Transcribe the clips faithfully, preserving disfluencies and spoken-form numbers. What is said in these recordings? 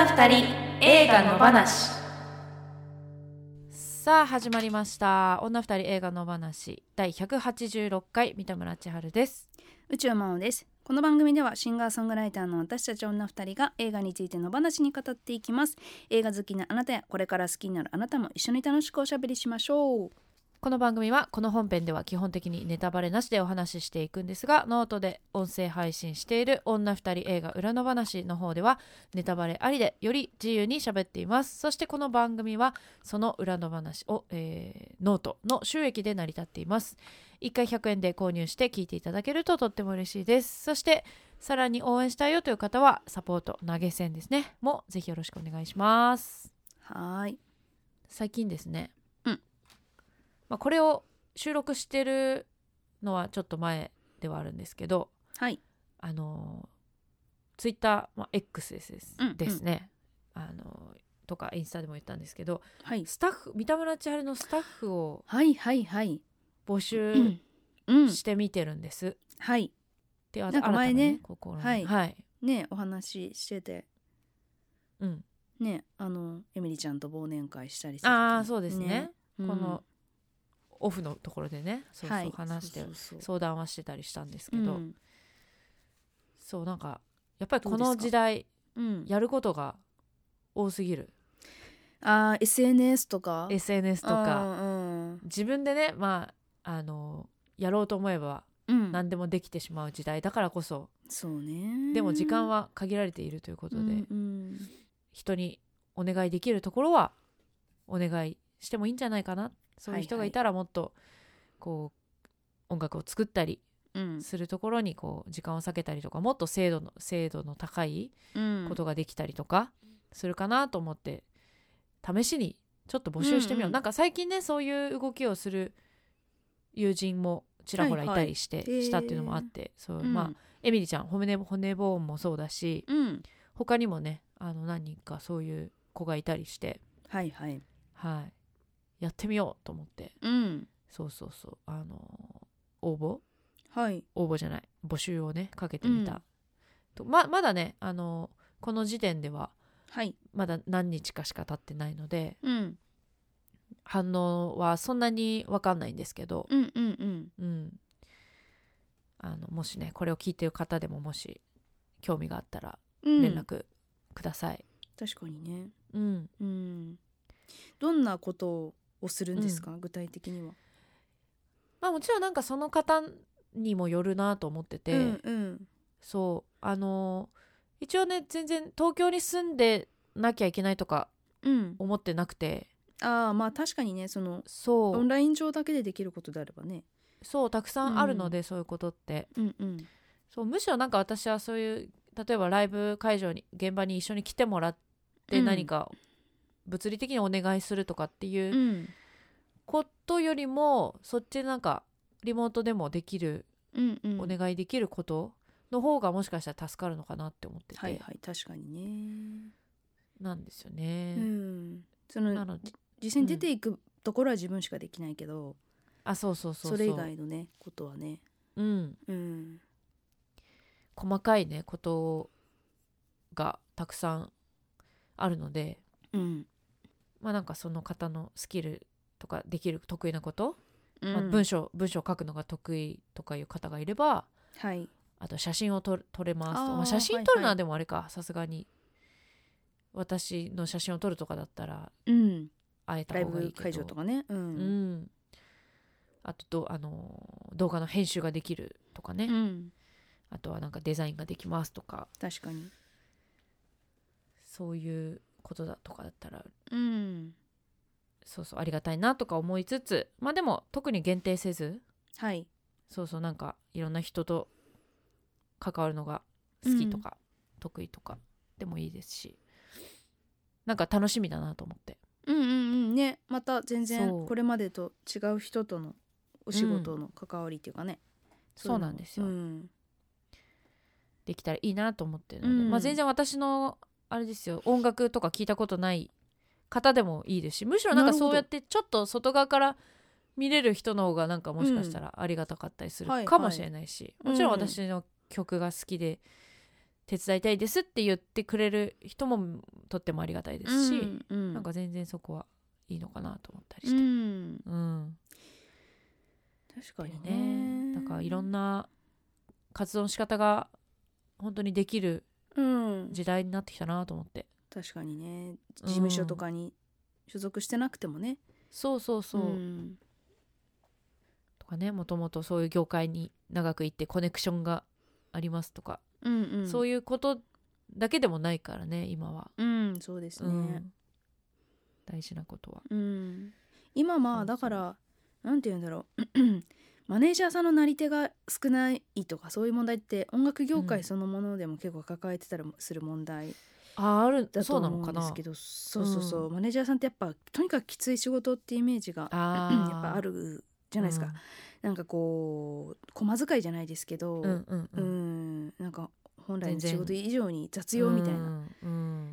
女二人映画の話。 さあ始まりました。女二人映画の話だいひゃくはちじゅうろっかい、三田村千春です。 宇宙魔王です。この番組ではシンガーソングライターの私たち女二人が映画についての話に語っていきます。映画好きなあなたやこれから好きになるあなたも一緒に楽しくおしゃべりしましょう。 この番組はこの本編では基本的にネタバレなしでお話ししていくんですが、ノートで音声配信している女二人映画裏の話の方ではネタバレありでより自由に喋っています。そしてこの番組はその裏の話を、えー、ノートの収益で成り立っています。いっかいひゃくえんで購入して聞いていただけるととっても嬉しいです。そしてさらに応援したいよという方はサポート投げ銭ですねもぜひよろしくお願いします。 はい。 最近ですね、 うんまあ、これを収録してるのはちょっと前ではあるんですけど、 はい。 あのツイッター、まあ、X です、 うんうん、 ですね、あのとかインスタでも言ったんですけど、 はい、 スタッフ三田村千春のスタッフをはいはいはい募集してみてるんです、 うんうん、はいでなんか前ね心はい、 はい、 ねお話ししてて、 うんねあのエミリちゃんと忘年会したりするああそうですね、 ねこのオフのところでねそうそう、 はい、 話してそうそうそう相談はしてたりしたんですけど、 うん、 そうなんかやっぱりこの時代、 うん、 やることが多すぎる。 あ エスエヌエス とかエスエヌエス とか、 うんうん、 自分でね、まあ、あのやろうと思えば何でもできてしまう時代だからこそ、 うん、そうね。 でも時間は限られているということで、 うんうん、人にお願いできるところはお願いしてもいいんじゃないかな。そういう人がいたらもっとこう音楽を作ったりするところにこう時間を割けたりとか、もっと精度の精度の高いことができたりとかするかなと思って、試しにちょっと募集してみよう、うんうん、なんか最近ねそういう動きをする友人もちらほらいたりして、はいはい、したっていうのもあって、そう、うん、まあエミリちゃん骨骨ボーンもそうだし、 うん、 他にもねあの何人かそういう子がいたりして、 はいはいはい、やってみようと思って、 うん、 そうそうそうあの応募、 はい、 応募じゃない募集をねかけてみた、うん、と ま, まだねあのこの時点では、はい、まだ何日かしか経ってないので、 うん、 反応はそんなに分かんないんですけど、 うんうんうんうん、あのもしねこれを聞いてる方でももし興味があったら連絡ください、 うん、確かにね、 うんうん、どんなことをするんですか、うん、具体的には。 まあもちろんなんかその方にもよるなと思ってて、 うんうん、 そうあの一応ね全然東京に住んでなきゃいけないとか思ってなくて、 うん、ああまあ確かにねそのそうオンライン上だけでできることであればね、 そうたくさんあるので、うん、そういうことって、 うんうん、 そうむしろなんか私はそういう例えばライブ会場に現場に一緒に来てもらって何か物理的にお願いするとかっていうことよりも、そっちでなんかリモートでもできる、 うんうん、 お願いできることの方がもしかしたら助かるのかなって思ってて、 はいはい確かにねなんですよね、 うん、そのなの実際に出ていくところは自分しかできないけど、うん、 あそうそうそうそう、 それ以外のねことはね、 うんうん、 細かいねことがたくさんあるので、 うん、 まあなんかその方のスキルとかできる得意なこと、 うんまあ、文章文章を書くのが得意とかいう方がいれば、 はい、 あと写真を撮れますと、まあ、写真撮るのはでもあれかさすがに私の写真を撮るとかだったら会えた方がいいけど、ライブ会場とかね、うんうん、あとどあの動画の編集ができるとかね、 うん、 あとはなんかデザインができますとか、 確かにそういうことだとかだったら、 うん、 そうそうありがたいなとか思いつつ、まあでも特に限定せず、 はい、 そうそうなんかいろんな人と関わるのが好きとか、うん、得意とかでもいいですし、なんか楽しみだなと思って、 うんうんうんね、また全然これまでと違う人とのお仕事の関わりっていうかね、 うん、そうなんですよ、 うん、 できたらいいなと思ってるので、うん、まあ全然私のあれですよ音楽とか聞いたことない方でもいいですし、むしろなんかそうやってちょっと外側から見れる人の方がなんかもしかしたらありがたかったりするかもしれないし、 うん、 もちろん私の曲が好きで手伝いたいですって言ってくれる人もとってもありがたいですし、 うんうん、 なんか全然そこはいいのかなと思ったりして、 うんうん、 確かにね。 だからいろんな活動の仕方が本当にできる時代になってきたなと思って、 うん、確かにね、事務所とかに所属してなくてもね、うん、 そうそうそう、うん、とかね、もともとそういう業界に長くいてコネクションがありますとか、うんうん、そういうことだけでもないからね今は。 うん、そうですね、うん、 大事なことは、 うん、今まあだからなんて言うんだろうマネージャーさんのなり手が少ないとかそういう問題って音楽業界そのものでも結構抱えてたりする問題だと思うんですけど、そうそうそう、うん、マネージャーさんってやっぱとにかくきつい仕事ってイメージがやっぱあるじゃないですか、うん、なんかこう駒遣いじゃないですけど、うんうんうん、うんなんか本来の仕事以上に雑用みたいな、うんうん、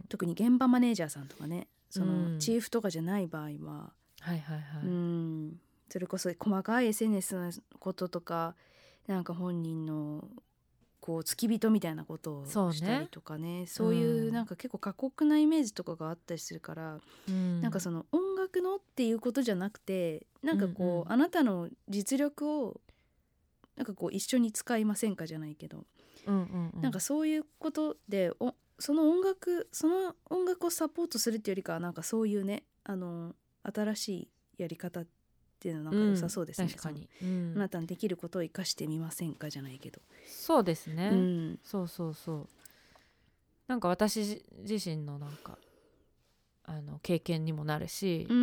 特に現場マネージャーさんとかね、そのチーフとかじゃない場合は、うん、はいはいはい、うんそれこそ細かい エスエヌエス のこととかなんか本人のこう付き人みたいなことをしたりとか ね, そう、ね、そういうなんか結構過酷なイメージとかがあったりするから、うん、なんかその音楽のっていうことじゃなくてなんかこう、うんうん、あなたの実力をなんかこう一緒に使いませんかじゃないけど、うんうんうん、なんかそういうことでおその音楽その音楽をサポートするっていうよりかはなんかそういうねあの新しいやり方っていうのなんか良さそうですね、うん、確かに、うん、あなたのできることを生かしてみませんかじゃないけど、 そうですね、うん、そうそうそうなんか私自身のなんかあの経験にもなるし、うん、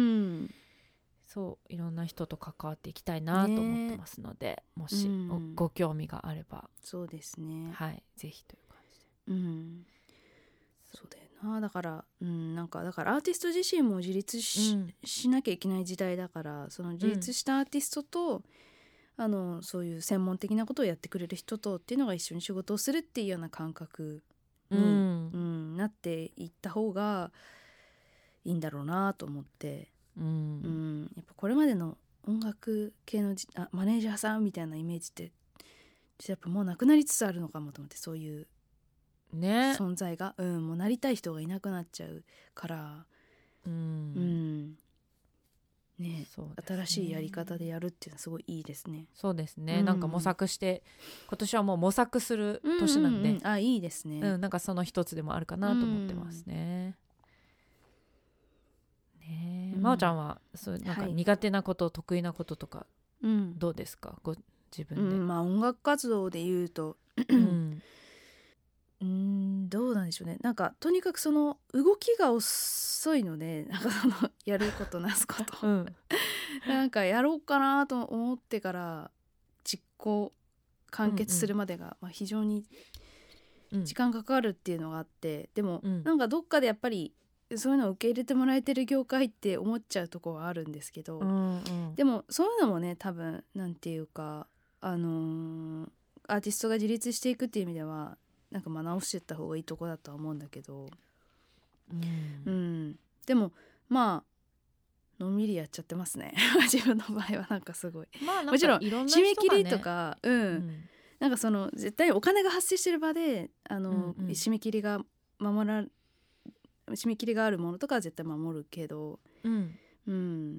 そういろんな人と関わっていきたいなと思ってますので、ね、もし、うん、ご興味があればそうですねはいぜひという感じで、 うん、そうだよなだから、うん、なんかだからアーティスト自身も自立 し,、うん、しなきゃいけない時代だからその自立したアーティストと、うん、あのそういう専門的なことをやってくれる人とっていうのが一緒に仕事をするっていうような感覚に、うんうん、なっていった方がいいんだろうなと思って、うんうん、やっぱこれまでの音楽系のあマネージャーさんみたいなイメージってやっぱもうなくなりつつあるのかもと思って、そういうね、存在が、うん、もうなりたい人がいなくなっちゃうから、うんうんね、そうですね、新しいやり方でやるっていうのはすごいいいですね。 そうですね、うん、なんか模索して今年はもう模索する年なんで、うんうんうん、 あいいですね、 うん、なんかその一つでもあるかなと思ってますね、うんねえ、真央ちゃんはそうなんか苦手なこと、はい、得意なこととかどうですか、ご自分で、 うんまあ、音楽活動で言うと、うんうーんどうなんでしょうね、なんかとにかくその動きが遅いのでなんかそのやることなすこと、うん、なんかやろうかなと思ってから実行完結するまでが、うんうんまあ、非常に時間かかるっていうのがあって、うん、でも、うん、なんかどっかでやっぱりそういうのを受け入れてもらえてる業界って思っちゃうところはあるんですけど、うんうん、でもそういうのもね多分なんていうかあのー、アーティストが自立していくっていう意味ではなんかまあ直していった方がいいとこだとは思うんだけど、うんうん、でもまあのんびりやっちゃってますね自分の場合はなんかすごい、まあ、なんかもちろん締め切りとか、うんうん、なんかその絶対お金が発生してる場であの、うんうん、締め切りが守ら締め切りがあるものとかは絶対守るけど、うんうん、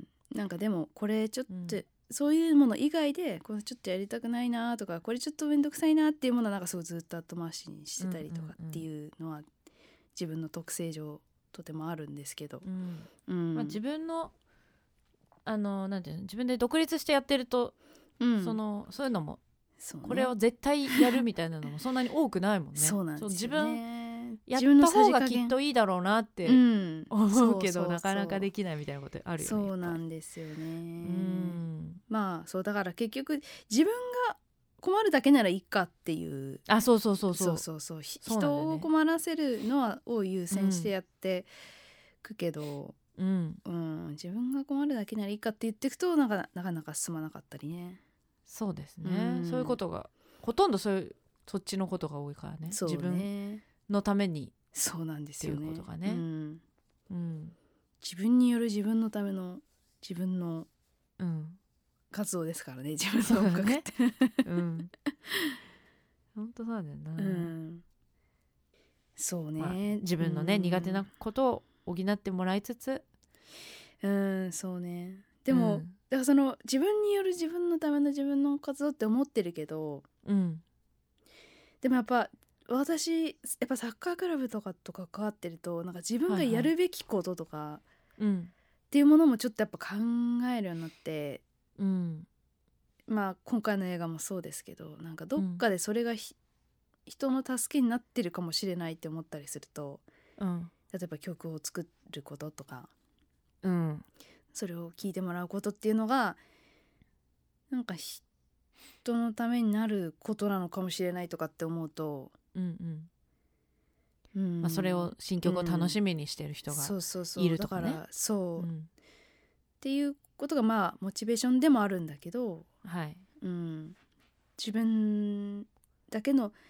なんかでもこれちょっと、うんそういうもの以外でこれちょっとやりたくないなとかこれちょっとめんどくさいなっていうものはなんかそうずっと後回しにしてたりとかっていうのは自分の特性上とてもあるんですけど、うんうんまあ、自分のあのなんていうの自分で独立してやってると、うん、そのそういうのもそう、ね、これを絶対やるみたいなのもそんなに多くないもんねそうなんですよね。 やった方がきっといいだろうなって思うけど、うん、なかなかできないみたいなことあるよね。 そうなんですよね、うん、まあそうだから結局自分が困るだけならいいかっていうあそうそうそうそうそうそうそう人を困らせるのはを優先してやってくけど、うんうん、自分が困るだけならいいかって言っていくとなかなかなか進まなかったりね。 そうですね、うん、そういうことがほとんどそういうそっちのことが多いからね。 そうね自分のためにそうなんですよね。 っていうことがね、うんうん、自分による自分のための自分の活動ですからね、自分の音楽って、ねうん、本当そうだよな、うん、 そうね、 まあ、自分のね、うん、苦手なことを補ってもらいつつ、 うんそうねでも、うん、だからその自分による自分のための自分の活動って思ってるけど、 うん、 でもやっぱ私やっぱサッカークラブとかと関わってるとなんか自分がやるべきこととか、はいはい、っていうものもちょっとやっぱ考えるようになって、 うん、 まあ今回の映画もそうですけどなんかどっかでそれが、うん、人の助けになってるかもしれないって思ったりすると、 うん、 例えば曲を作ることとか、 うん、 それを聴いてもらうことっていうのがなんか人のためになることなのかもしれないとかって思うと、 うんうんうんまあ、それを新曲を楽しみにしてる人がいるとかね、 だからそう、 うん、 っていうことがまあモチベーションでもあるんだけど、 はいうん、自分だけの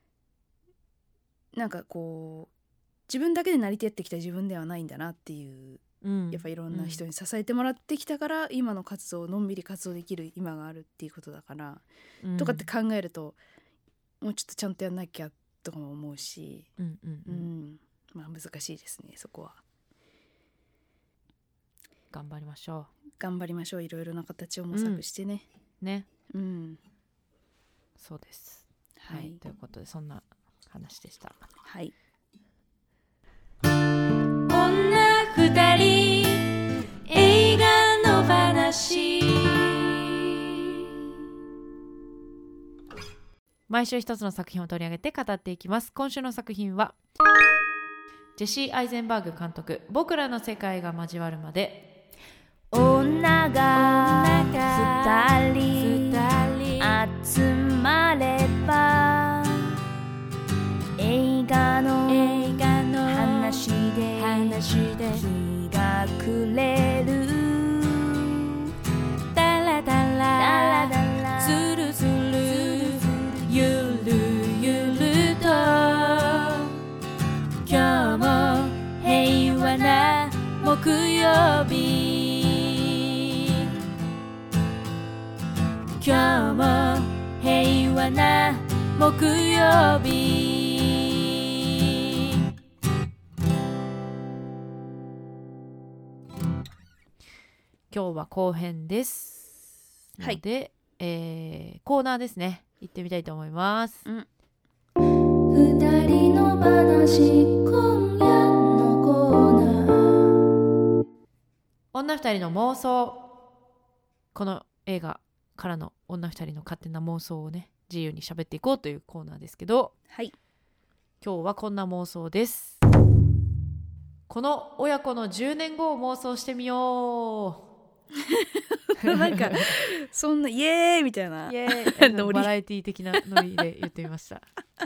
なんかこう自分だけで成り立ってきた自分ではないんだなっていう、うん、やっぱいろんな人に支えてもらってきたから、うん、今の活動のんびり活動できる今があるっていうことだから、うん、とかって考えるともうちょっとちゃんとやんなきゃとかも思うし、 うんうんうんうん、 まあ難しいですねそこは。 頑張りましょう頑張りましょういろいろな形を模索してね、 うん、ね、 うん、 そうです、 はい、 はい、ということでそんな話でした。 はい。 女二人映画の話。 毎週一つの作品を取り上げて語っていきます。今週の作品はジェシー・アイゼンバーグ監督、僕らの世界が交わるまで。 女が二人集まれば映画の話で日が暮れる。ダラダラズルズルゆるゆると今日も平和な木曜日、今日も平和な木曜日。 今日は後編ですので、はい、えー、コーナーですね、行ってみたいと思います、うん、 二人の話、今夜のコーナー。 女二人の妄想。この映画からの女二人の勝手な妄想をね、自由に喋っていこうというコーナーですけど、 はい、 今日はこんな妄想です。この親子のじゅうねんごを妄想してみようなんかそんなイエーイみたいなイエーイバラエティ的なノリで言ってみました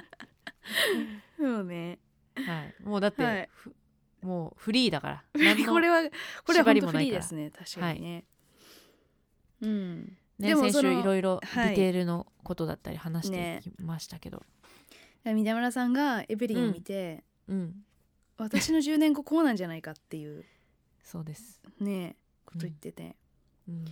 そうね、 はい、もうだって、はい、もうフリーだからこれはこれは本当フリーですね、確かにね、はい、うんね、でも先週いろいろディテールのことだったり話してきましたけど、 ね、三田村さんがエブリンを見て、うんうん、私のじゅうねんごこうなんじゃないかっていうそうですねこと言ってて、うん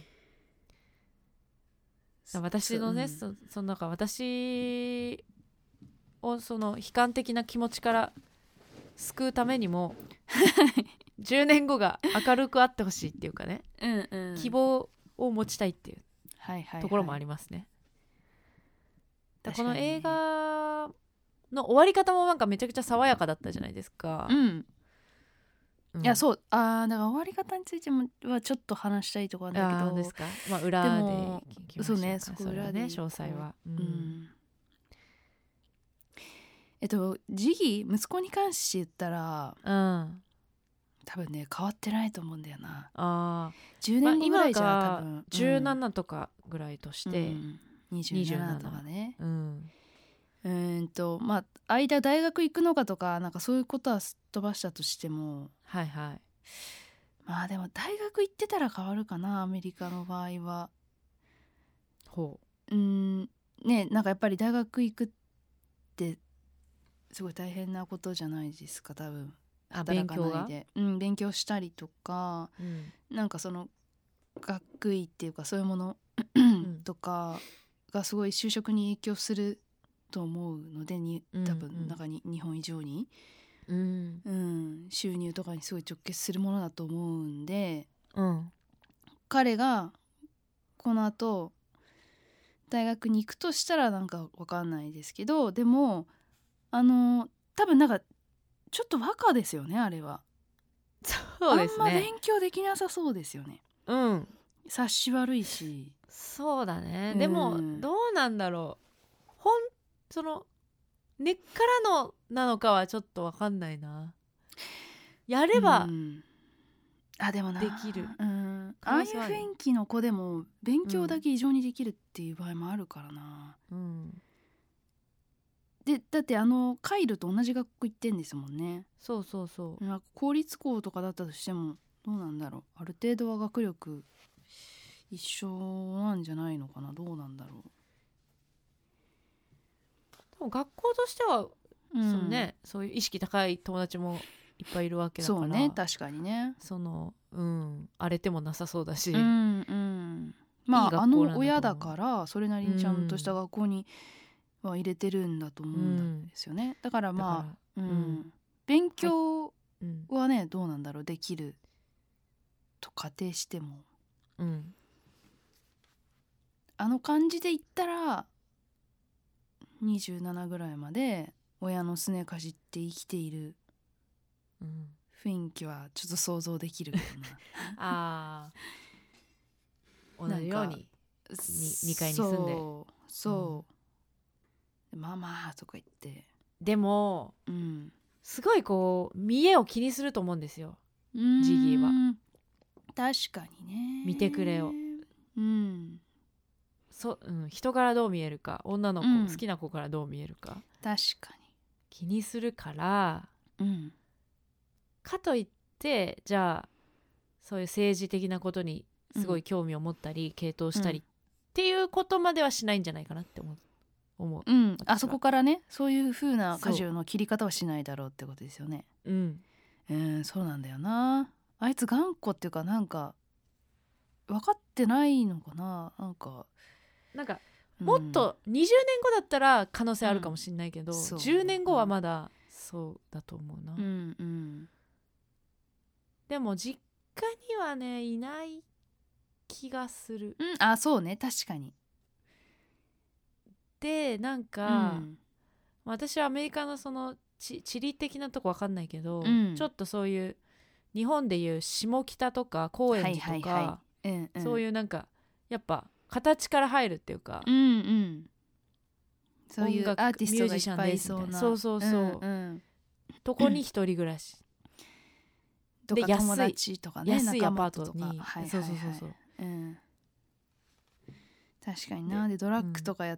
うん、私のね、うん、そ, そのなんか私をその悲観的な気持ちから救うためにもじゅうねんごが明るくあってほしいっていうかね、うんうん、希望を持ちたいっていうところもありますね、はいはいはい、この映画の終わり方もなんかめちゃくちゃ爽やかだったじゃないですか、うんうん、いやそうあだから終わり方についてもはちょっと話したいところなんだけどですか、まあ、裏で聞きました。 そうね、そこ裏でね詳細は、うんうん、 えっとジギ息子に関して言ったら、うん、多分ね変わってないと思うんだよな。あじゅうねんごぐらいじゃ、まあ、多分じゅうななとかぐらいとして、うん、 にじゅうななとかね、うんうんとまあ間大学行くのかとかなんかそういうことはすっ飛ばしたとしても、はいはい、まあでも大学行ってたら変わるかな、アメリカの場合は。ほううんね、なんかやっぱり大学行くってすごい大変なことじゃないですか、多分。働かないで、うん、勉強したりとか、うん、なんかその学位っていうかそういうものとかがすごい就職に影響すると思うのでに多分なんかに、うんうん、日本以上に、 うんうん、収入とかにすごい直結するものだと思うんで、 うん、 彼がこの後大学に行くとしたらなんか分かんないですけど、でもあの多分なんかちょっとバカですよねあれは。 そうですね。 あんま勉強できなさそうですよね。 うん、 察し悪いし。 そうだね、 うん、 でもどうなんだろう、ほんその根っからのなのかはちょっと分かんないな。やれば、うん、 あでもなできる、 うん、ああいう雰囲気の子でも勉強だけ異常にできるっていう場合もあるからな、 うん、 でだってあのカイルと同じ学校行ってんですもんね。 そうそうそう、 なんか公立校とかだったとしてもどうなんだろう、ある程度は学力一緒なんじゃないのかな、どうなんだろう。 でも学校としては、 うん、 そうね、そういう意識高い友達もいっぱいいるわけだから、 そうね、確かにね、 そのうん荒れてもなさそうだし、 うんうん、まあいいあの親だからそれなりにちゃんとした学校には入れてるんだと思うんですよね、うん、だからまあだ、うんうん、勉強はね、はい、どうなんだろう、できると仮定しても、 うん、 あの感じで言ったらにじゅうななぐらいまで親のすねかじって生きている雰囲気はちょっと想像できるけどなあ同じようににかいに住んで、 そうそう、うん、ママとか言って、 でも、うん、すごいこう見栄を気にすると思うんですよ、ジギーは。 確かにね、 見てくれを、 うんそうん、人からどう見えるか、女の子、うん、好きな子からどう見えるか確かに気にするから、うん、かといってじゃあそういう政治的なことにすごい興味を持ったり、うん、傾倒したりっていうことまではしないんじゃないかなって思う、思う、 うん、あそこからね、そういう風な舵の切り方はしないだろうってことですよね。うん、えー、そうなんだよな。あいつ頑固っていうかなんか分かってないのかな、なんかなんかもっとにじゅうねんごだったら可能性あるかもしれないけど、うん、じゅうねんごはまだそうだと思うな、うんうん、でも実家にはねいない気がする、 うん、あそうね、確かに。 でなんか、うん、私はアメリカのその地理的なとこ分かんないけど、うん、ちょっとそういう日本でいう下北とか高円寺とか、はいはいはいうんうん、そういうなんかやっぱ形から入るっていうか、うんうん、 そういうアーティストがいっぱいいそうな、 そうそうそう、うんうん、とこに一人暮らし、 とか友達とかね、 安いアパートに、はいはいはい、そうそうそうそう、 うん、確かにな。でドラッグとかやって、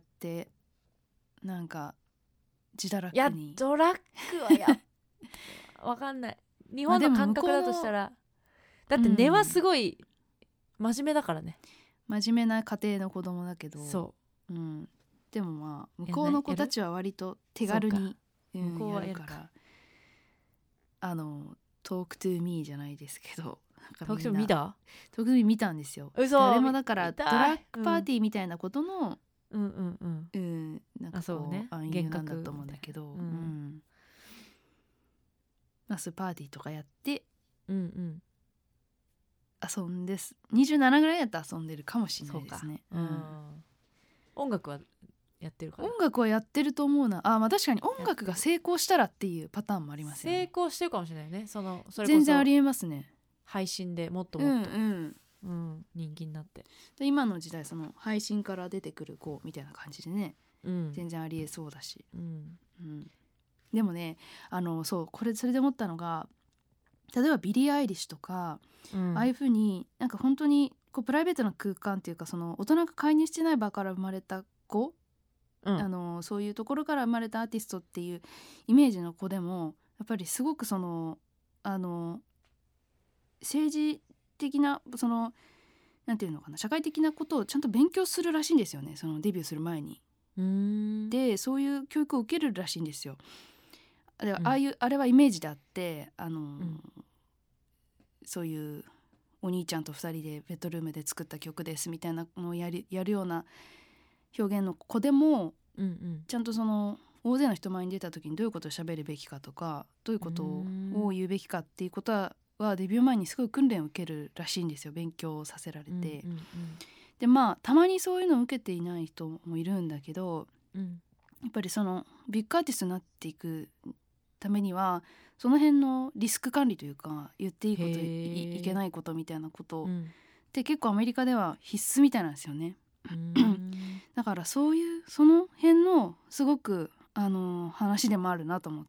うん、なんか自堕落に、 いやドラッグはやわかんない、日本の感覚だとしたら、だって根はすごい真面目だからね、 うん、真面目な家庭の子供だけど、そう、うん、でもまあ向こうの子たちは割と手軽にやる、うん、向こうはやるからあのトークトゥーミーじゃないですけど、 トークトゥーミー見た？ トークトゥーミー見たんですよ。あれもだからドラッグパーティーみたいなことの、うん、うんうんうん、なんかこう、ね、暗喩なんだと思うんだけど、うんうん、まあそういうパーティーとかやって、うんうん、遊んです。にじゅうななぐらいだと遊んでるかもしれないですね。うん、 音楽はやってるかな。 音楽はやってると思うなあ、まあ確かに音楽が成功したらっていうパターンもありますよね。 成功してるかもしれないね。そのそれこそ全然ありえますね。 配信でもっともっと、うんうんうん、人気になってで今の時代その配信から出てくる子みたいな感じでね、うん、全然ありえそうだし、うんうん、でもねあのそうこれそれで思ったのが、例えばビリー・アイリッシュとか、うん、ああいう風になんか本当にこうプライベートな空間っていうか、その大人が介入してない場から生まれた子、うん、あのそういうところから生まれたアーティストっていうイメージの子でもやっぱりすごくそのあの政治的なそのなんていうのかな、社会的なことをちゃんと勉強するらしいんですよね、そのデビューする前に。うーんでそういう教育を受けるらしいんですよ。で、うん、ああいうあれはイメージであって、あの、うん、そういうお兄ちゃんとふたりでベッドルームで作った曲ですみたいなのをやる、やるような表現の子でもうんうん、 ちゃんとその大勢の人前に出た時にどういうことを喋るべきかとかどういうことを言うべきかっていうことははデビュー前にすごい訓練を受けるらしいんですよ。勉強させられて、うんうんうん、でまあたまにそういうのを受けていない人もいるんだけど、うん、やっぱりそのビッグアーティストになっていくためにはその辺のリスク管理というか言っていいこと い, いけないことみたいなこと、うん、って結構アメリカでは必須みたいなんですよね。うんだからそういうその辺のすごくあの話でもあるなと思って、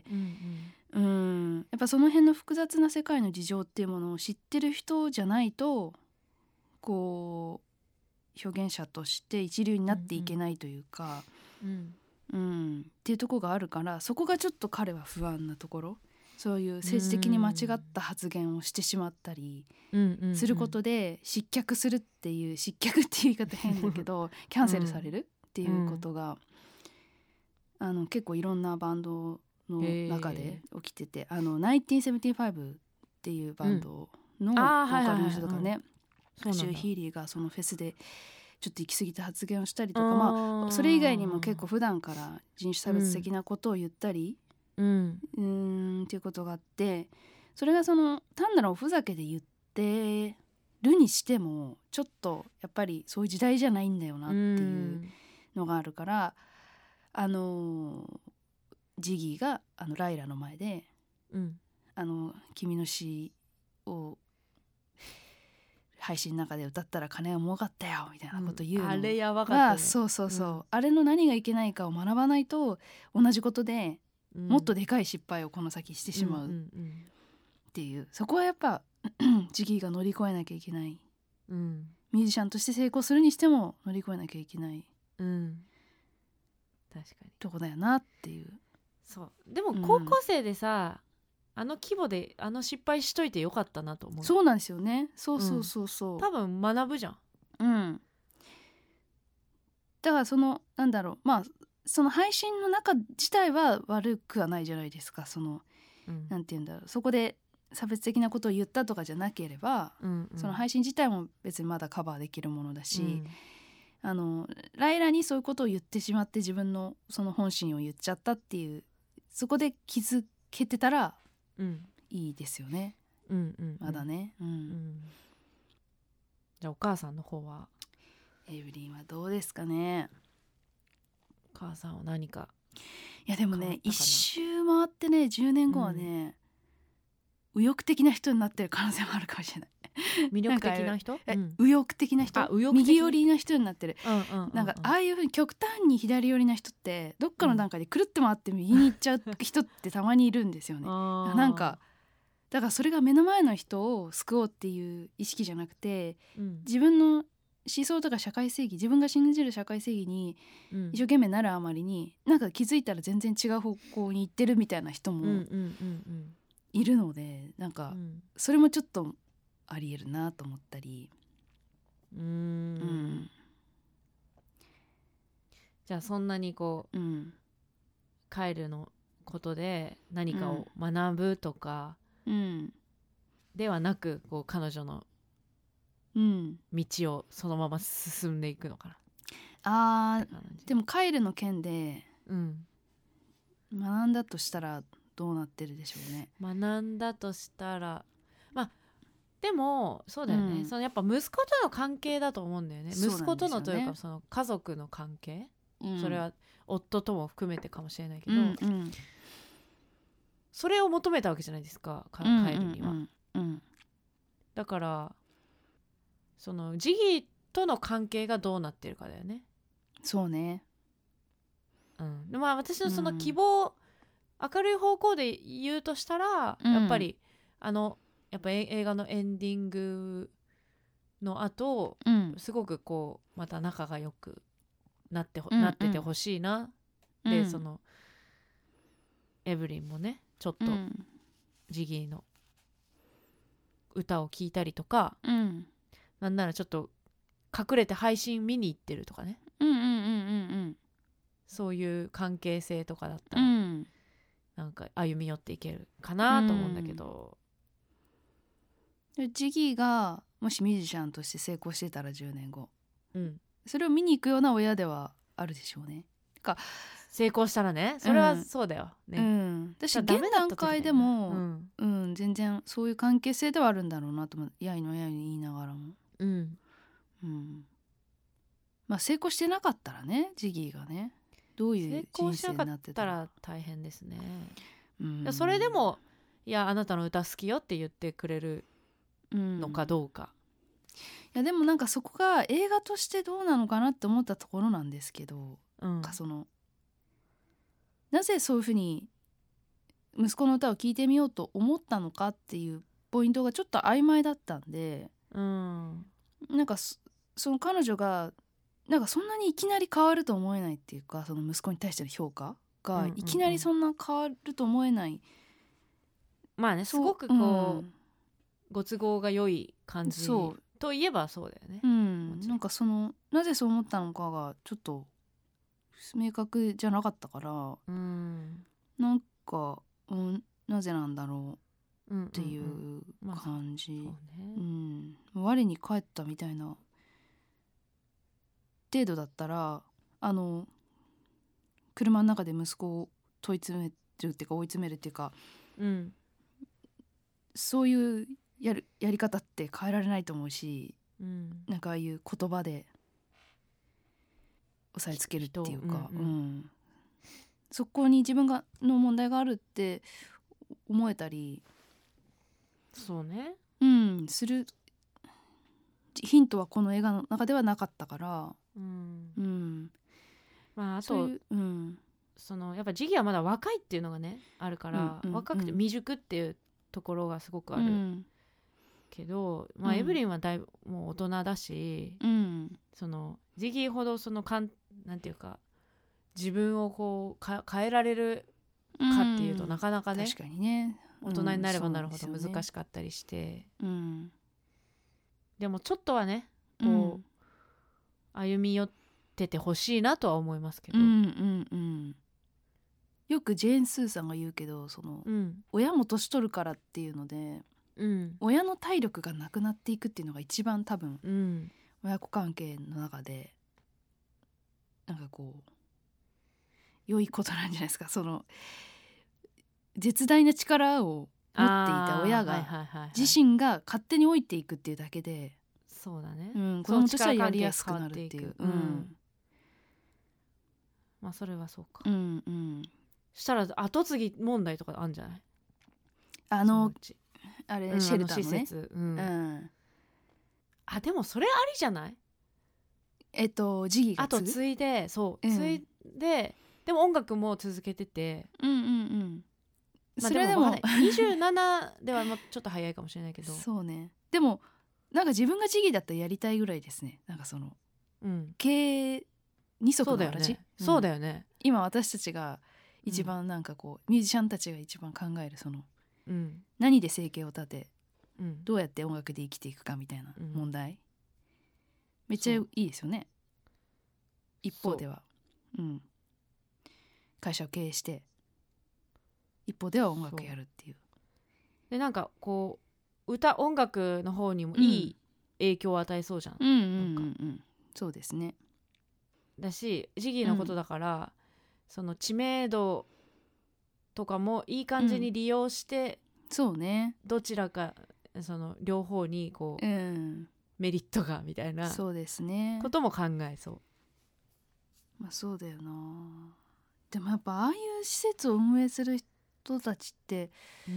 うんうんうんやっぱその辺の複雑な世界の事情っていうものを知ってる人じゃないとこう表現者として一流になっていけないというか、うんうんうん、っていうところがあるからそこがちょっと彼は不安なところ。そういう政治的に間違った発言をしてしまったりすることで失脚するっていう失脚っていう言い方変だけどキャンセルされるっていうことが、うん、あの結構いろんなバンドの中で起きててあのナインティーンセブンティファイブっていうバンドのボーカルの人とかねシュー・ヒーリーがそのフェスでちょっと行き過ぎた発言をしたりとかまあそれ以外にも結構普段から人種差別的なことを言ったり、うん、うーんっていうことがあってそれがその単なるおふざけで言ってるにしてもちょっとやっぱりそういう時代じゃないんだよなっていうのがあるからあのジギーがあのライラの前で、うん、あの君の詩を配信の中で歌ったら金が儲かったよみたいなこと言うのが、うん、あれやばかったね。そうそうそう、うん、あれの何がいけないかを学ばないと同じことでもっとでかい失敗をこの先してしまうっていう、うんうんうん、そこはやっぱジギーが乗り越えなきゃいけない、うん、ミュージシャンとして成功するにしても乗り越えなきゃいけない、うん、確かにとこだよなっていう。 そうでも高校生でさ、うん、あの規模であの失敗しといてよかったなと思う。 そうなんですよね。そうそうそうそう、 うん、多分学ぶじゃん。 うんだからそのなんだろうまあその配信の中自体は悪くはないじゃないですか。その、うん、なんて言うんだろうそこで差別的なことを言ったとかじゃなければ、うんうん、その配信自体も別にまだカバーできるものだし、うん、あのライラにそういうことを言ってしまって自分のその本心を言っちゃったっていうそこで気づけてたらいいですよね、うんうんうん、まだね、うんうん、 じゃあお母さんの方はエブリンはどうですかね。 お母さんは何かいやでもね一周回ってねじゅうねんごはね、うん、右翼的な人になってる可能性もあるかもしれない。 魅力的な人、 うん、右翼的な人右翼的右寄りな人になってる、うんうんうんうん、なんかああいう風に極端に左寄りな人ってどっかの段階でくるって回って右に行っちゃう人ってたまにいるんですよね、うん、なんかだからそれが目の前の人を救おうっていう意識じゃなくて、うん、自分の思想とか社会正義自分が信じる社会正義に一生懸命なるあまりに、うん、なんか気づいたら全然違う方向に行ってるみたいな人もいるのでなんかそれもちょっとありえるなと思ったりうーん、うん、 じゃあそんなにこう、うん、帰るのことで何かを学ぶとか、うん、ではなくこう彼女の道をそのまま進んでいくのかな、 うん、あでも帰るの件で、うん、学んだとしたらどうなってるでしょうね。 学んだとしたらまあでもそうだよね、うん、そのやっぱ息子との関係だと思うんだよね。息子とのというかその家族の関係、うん、それは夫とも含めてかもしれないけど、うんうん、それを求めたわけじゃないですか帰るには、うんうんうん、だからそのジギーとの関係がどうなってるかだよね。 そうね、 うん、でまあ私のその希望、うん、明るい方向で言うとしたら、うん、やっぱりあのやっぱ映画のエンディングの後、うん、すごくこうまた仲が良くなって、うんうん、なっててほしいな、うん、でそのエブリンもねちょっとジギーの歌を聴いたりとか、うん、なんならちょっと隠れて配信見に行ってるとかね、うんうんうんうんうん、そういう関係性とかだったら、うん、なんか歩み寄っていけるかなと思うんだけど、 うん、ジギーがもしミュージシャンとして成功してたらじゅうねんご、うん、それを見に行くような親ではあるでしょうね。 か成功したらねそれはそうだよ、ね、 うん、私現段階でも、うんうん、全然そういう関係性ではあるんだろうなと思う。やいのやいの言いながらも、 うんうん、まあ成功してなかったらねジギーがねどういう人生になってたら、 成功しなかったら大変ですね、 うん、 それでもいやあなたの歌好きよって言ってくれるのかどうか、 うん、いやでもなんかそこが映画としてどうなのかなって思ったところなんですけど、うん、かそのなぜそういうふうに息子の歌を聴いてみようと思ったのかっていうポイントがちょっと曖昧だったんで、うん、なんか そ, その彼女がなんかそんなにいきなり変わると思えないっていうか、その息子に対しての評価がいきなりそんな変わると思えない、うんうんうん、 まあねすごくこう、うん、ご都合が良い感じといえばそうだよね、 うん、なんかそのなぜそう思ったのかがちょっと明確じゃなかったから、うん、なんか、うん、なぜなんだろうっていう感じ、うんうんうんまあねうん、我に返ったみたいな程度だったらあの車の中で息子を問い詰めるっていうか追い詰めるっていうか、うん、そういうやるやり方って変えられないと思うし、うん、なんかああいう言葉で押さえつけるっていうか、うんうん、そこに自分がの問題があるって思えたりそうね、 うん、するヒントはこの映画の中ではなかったから、うんうん、 まああとう、うん、そのやっぱ時期はまだ若いっていうのがねあるから、うんうんうん、若くて未熟っていうところがすごくある、うん、けど、まあ、エブリンはだいぶもう大人だし、うん、そのジギーほどそのかんなんていうか自分をこうか変えられるかっていうと、うん、なかなかね、 確かにね、 大人になればなるほど難しかったりして、うん、でもちょっとはねこう、うん、歩み寄っててほしいなとは思いますけど、うんうんうん、 よくジェーン・スーさんが言うけどその、うん、親も年取るからっていうので、うん、親の体力がなくなっていくっていうのが一番多分、うん、親子関係の中でなんかこう良いことなんじゃないですか。その絶大な力を持っていた親が自身が勝手に老いていくっていうだけで、 そうだね、 うん、子供としてはやりやすくなるっていう、うん、 まあそれはそうか、うんうん、したら後継ぎ問題とかあるんじゃない？ あのあれ、うん、シェルターのね、 施設、うんうん、あでもそれありじゃない？ えっとジギーがあと継いでそう、うん、継いででも音楽も続けてて、うんうんうんまあ、それでもにじゅうななではもうちょっと早いかもしれないけどそうね。でもなんか自分がジギーだったらやりたいぐらいですね。なんかその、うん、経営二足のわらじ、 そうだよね、 うん、今私たちが一番なんかこう、うん、ミュージシャンたちが一番考えるその、うん、何で生計を立て、うん、どうやって音楽で生きていくかみたいな問題、うん、めっちゃいいですよね。一方では、うん、会社を経営して一方では音楽やるっていうでなんかこう歌音楽の方にもいい影響を与えそうじゃん、うんうんうんうん、 そうですね。 だしジギーのことだから、うん、その知名度とかもいい感じに利用して、 うん、そうね、 どちらかその両方にこう、うん、メリットがみたいなそうですねことも考えそう。 まあそうだよな。でもやっぱああいう施設を運営する人たちって、うん、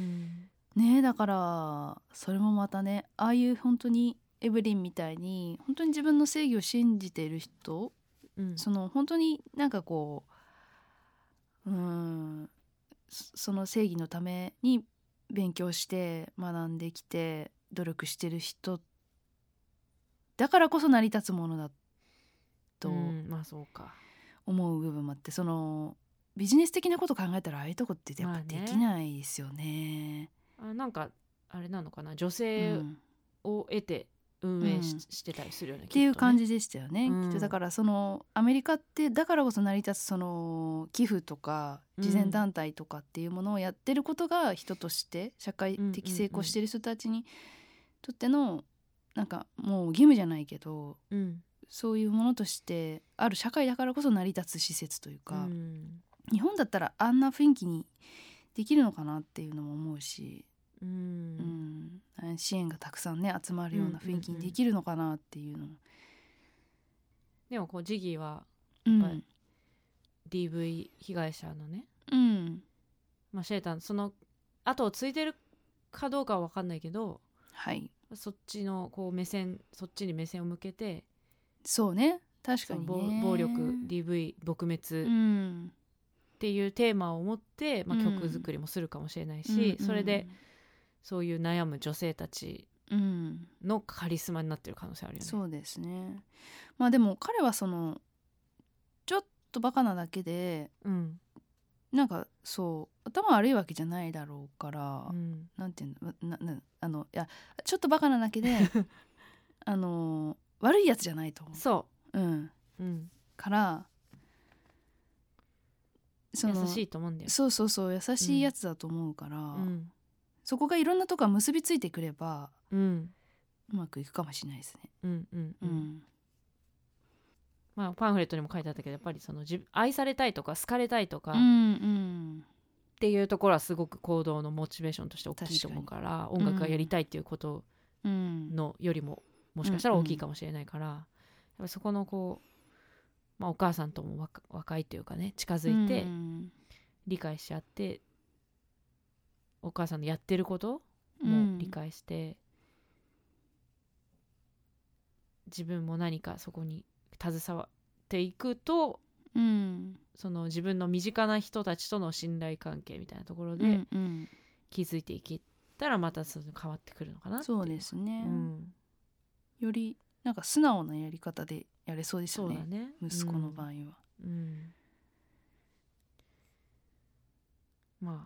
ねえだからそれもまたねああいう本当にエブリンみたいに本当に自分の正義を信じている人、うん、その本当になんかこう、うーんその正義のために勉強して学んできて努力してる人だからこそ成り立つものだと思う部分もあって、そのビジネス的なこと考えたらああいうとこってやっぱできないですよね。 まあね、あなんかあれなのかな、女性を得て運営 し,、うん、してたりするよね、 っていう感じでしたよね、うん、きっとだからそのアメリカってだからこそ成り立つその寄付とか慈善団体とかっていうものをやってることが人として社会的成功してる人たちにとってのなんかもう義務じゃないけど、うん、 そういうものとしてある社会だからこそ成り立つ施設というか、うん、日本だったらあんな雰囲気にできるのかなっていうのも思うし、うんうん、支援がたくさんね集まるような雰囲気にできるのかなっていうのも、うんうんうん、 でもこうジギーはやっぱり、うん、ディーブイ 被害者のね、うんまあ、シェータンその後を継いでるかどうかは分かんないけど、はい、そっちのこう目線そっちに目線を向けてそうね確かにね暴力 ディーブイ 撲滅、うんっていうテーマを持って、まあ、曲作りもするかもしれないし、うん、それでそういう悩む女性たちのカリスマになってる可能性あるよね、うん、 そうですね。まあでも彼はそのちょっとバカなだけで、うん、なんかそう頭悪いわけじゃないだろうから、うん、なんていうのななあのいやちょっとバカなだけであの悪いやつじゃないと思う。そう、うんうん、からその優しいと思うんだよ。 そうそうそう優しいやつだと思うから、うん、そこがいろんなとこが結びついてくれば、うん、うまくいくかもしれないですね。うんうんうんうんまあ、パンフレットにも書いてあったけどやっぱりその愛されたいとか好かれたいとか、うんうん、っていうところはすごく行動のモチベーションとして大きいと思うから音楽がやりたいっていうことのよりももしかしたら大きいかもしれないから、やっぱそこのこうまあ、お母さんとも若、若いというかね近づいて理解し合って、うん、お母さんのやってることも理解して、うん、自分も何かそこに携わっていくと、うん、その自分の身近な人たちとの信頼関係みたいなところで築いていけたらまたその変わってくるのかなっていう。 そうですね、うん、よりなんか素直なやり方でやれそうですよ ね, そうだね息子の場合は、うんうん、 まあ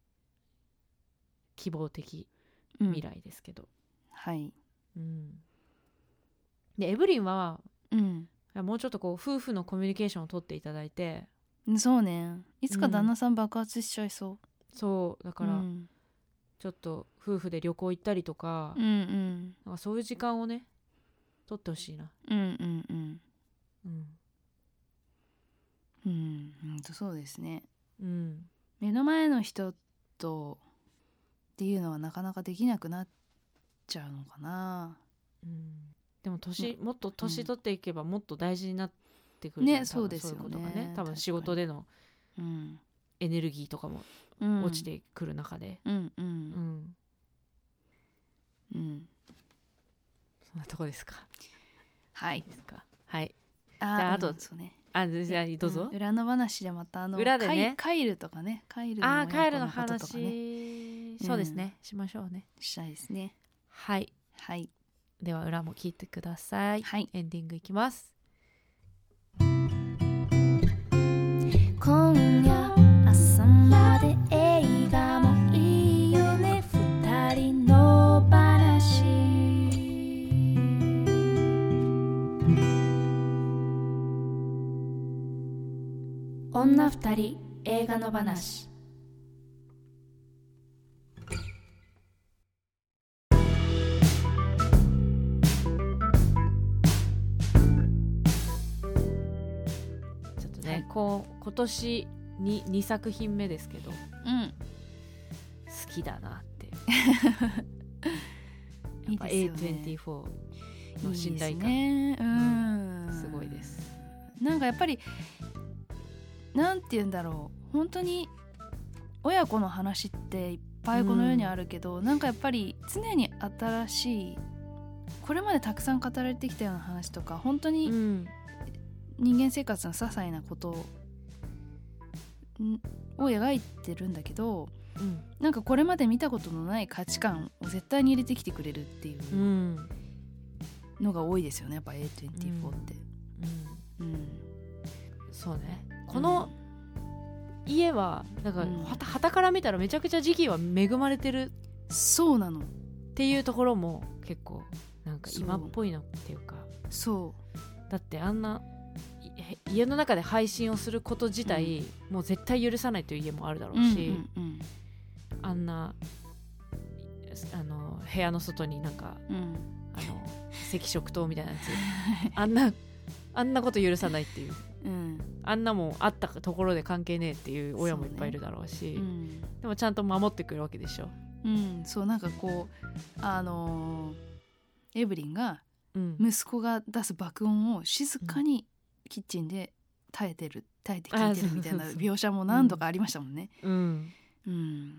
希望的未来ですけど、うん、はい、うん、でエブリンは、うん、もうちょっとこう夫婦のコミュニケーションを取っていただいて。 そうねいつか旦那さん爆発しちゃいそう、うん、 そうだから、うん、ちょっと夫婦で旅行行ったりとか、うんうん、なんかそういう時間をね取ってほしいな。うんうんうんうんうん、うんとそうですね、うん、目の前の人とっていうのはなかなかできなくなっちゃうのかな、 うん、でも年もっと年取っていけばもっと大事になってくるじゃん、 ね、そうですよね、 そういうことがね多分仕事でのエネルギーとかも落ちてくる中で、うんうんうんうん、そんなとこですか。 はいですか。はい。 あじゃああと、 うん、そうね。 あじゃあどうぞ、 うん。裏の話でまたあの裏でねカイルとかねカイルの親子のこととかね。あカイルの話、そうですね、うん、しましょうね。 したいですね。 はいはい。 では裏も聞いてください。はい。エンディングいきます。 今夜朝まで映画もいいよね二人の話女二人映画の話。 ちょっとね、はい、こう今年ににさく品目ですけど、うん、好きだなってやっぱ エーにじゅうよん の信頼感いいですね、うん、すごいです。 なんかやっぱりなんて言うんだろう本当に親子の話っていっぱいこの世にあるけど、うん、なんかやっぱり常に新しいこれまでたくさん語られてきたような話とか本当に人間生活の些細なことを描いてるんだけど、うん、なんかこれまで見たことのない価値観を絶対に入れてきてくれるっていうのが多いですよねやっぱ エーにじゅうよん って、 うんうんうん、そうねこの家はなんか、うん、はたから見たらめちゃくちゃ時期は恵まれてるそうなのっていうところも結構なんか今っぽいのっていうかそうだってあんな家の中で配信をすること自体、うん、もう絶対許さないという家もあるだろうし、うんうんうん、あんなあの部屋の外になんか、うん、あの赤色灯みたいなやつあんなあんなこと許さないっていう、 うん、 あんなもんあったところで関係ねえっていう親もいっぱいいるだろうし、 そうね、うん、 でもちゃんと守ってくるわけでしょ。 うん、そうなんかこうあのー、エブリンが息子が出す爆音を静かにキッチンで耐えてる耐えて聞いてるみたいな描写も何度かありましたもんね、 うんうん、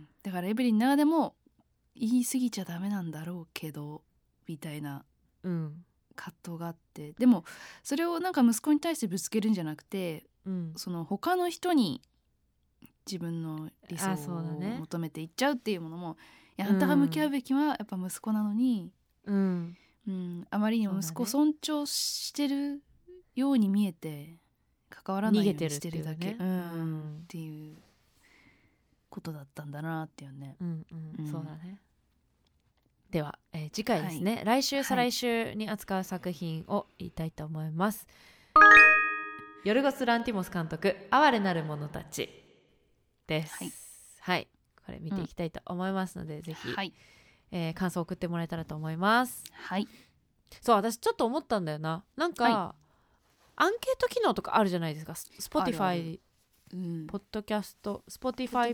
だからエブリンの中でも言い過ぎちゃダメなんだろうけどみたいな葛藤があって、でもそれをなんか息子に対してぶつけるんじゃなくて、うん、その他の人に自分の理想を求めていっちゃうっていうものも、いやあんたが向き合うべきはやっぱ息子なのに、うんうん、あまりにも息子を尊重してるように見えて関わらないようにしてるだけっていう、ね、うん、っていうことだったんだなっていうね、 うんうんうん、そうだね。では、えー、次回ですね、はい、来週再来週に扱う作品を言いたいと思います、はい、ヨルゴス・ランティモス監督哀れなる者たちです、はい、はい、これ見ていきたいと思いますので、うん、ぜひ、はい、えー、感想を送ってもらえたらと思います。はい。そう、私ちょっと思ったんだよな、なんか、はい、アンケート機能とかあるじゃないですか、Spotify、うん、ポッドキャスト Spotify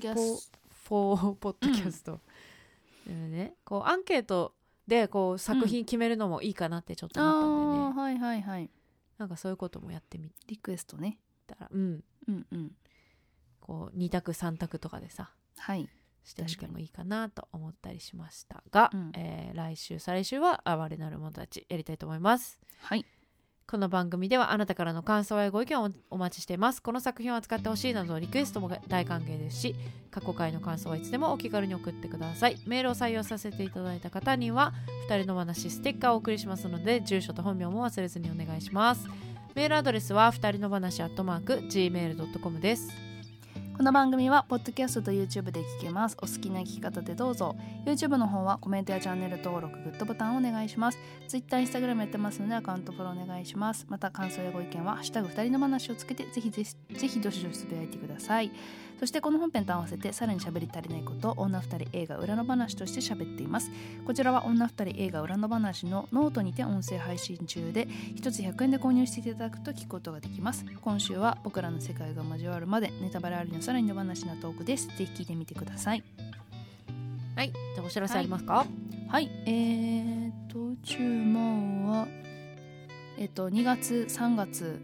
for ポッドキャスト、うんね、こうアンケートでこう作品決めるのもいいかなってちょっと思ったんでね、 うん、あはいはいはい、 なんかそういうこともやってみてリクエストね、 だから、うん、うんうんこうに択さん択とかでさ、はい、してみてもいいかなと思ったりしましたが、うんえー、来週再来週は哀れなる者たちやりたいと思います。はい。この番組ではあなたからの感想やご意見をお待ちしています。この作品を扱ってほしいなどのリクエストも大歓迎ですし、過去回の感想はいつでもお気軽に送ってください。メールを採用させていただいた方にはふたりの話ステッカーをお送りしますので、住所と本名も忘れずにお願いします。メールアドレスはふたりの話アットマーク ジーメールドットコム です。 この番組はポッドキャストと YouTube で聞けます。お好きな聞き方でどうぞ。 YouTube の方はコメントやチャンネル登録、グッドボタンをお願いします。 Twitter、Instagram やってますのでアカウントフォローお願いします。また感想やご意見はハッシュタグふたりの話をつけてぜひぜひぜひどしどしつぶやいてください。そしてこの本編と合わせてさらに喋り足りないことを女ふたり映画裏の話として喋っています。こちらは女ふたり映画裏の話のノートにて音声配信中で、一つひゃくえんで購入していただくと聞くことができます。今週は僕らの世界が交わるまでネタバレありのさらにの話のトークです。ぜひ聞いてみてください。 はい、じゃあお知らせありますか？はい、 はい、えーと宇宙魔王はえっ、ー、とにがつさんがつ、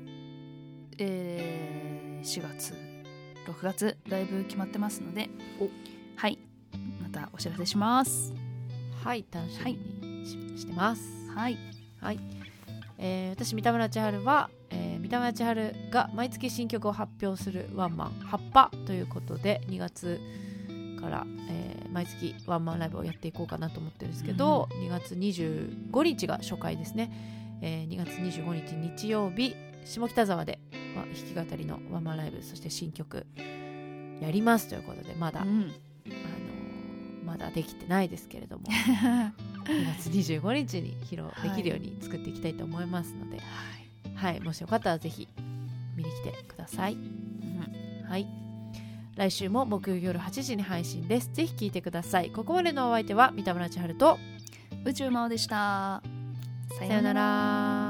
えー、しがつろくがつライブ決まってますので、はいまたお知らせします。 はい楽しみに し,、はい、してます。 はい、 はいえー、私三田村千春は、えー、三田村千春が毎月新曲を発表するワンマン葉っぱということでにがつから、えー、毎月ワンマンライブをやっていこうかなと思ってるんですけど、うん、にがつにじゅうごにちが初回ですね、えー、にがつにじゅうごにち日曜日下北沢で弾き語りのワンマンライブ、そして新曲やりますということで、まだ、うん、あのー、まだできてないですけれどもにがつにじゅうごにちに披露できるように作っていきたいと思いますので、はいはい、もしよかったらぜひ見に来てください、うん、はい来週も木曜夜はちじに配信です。ぜひ聞いてください。ここまでのお相手は三田村千春と宇宙魔王でした。 さようなら。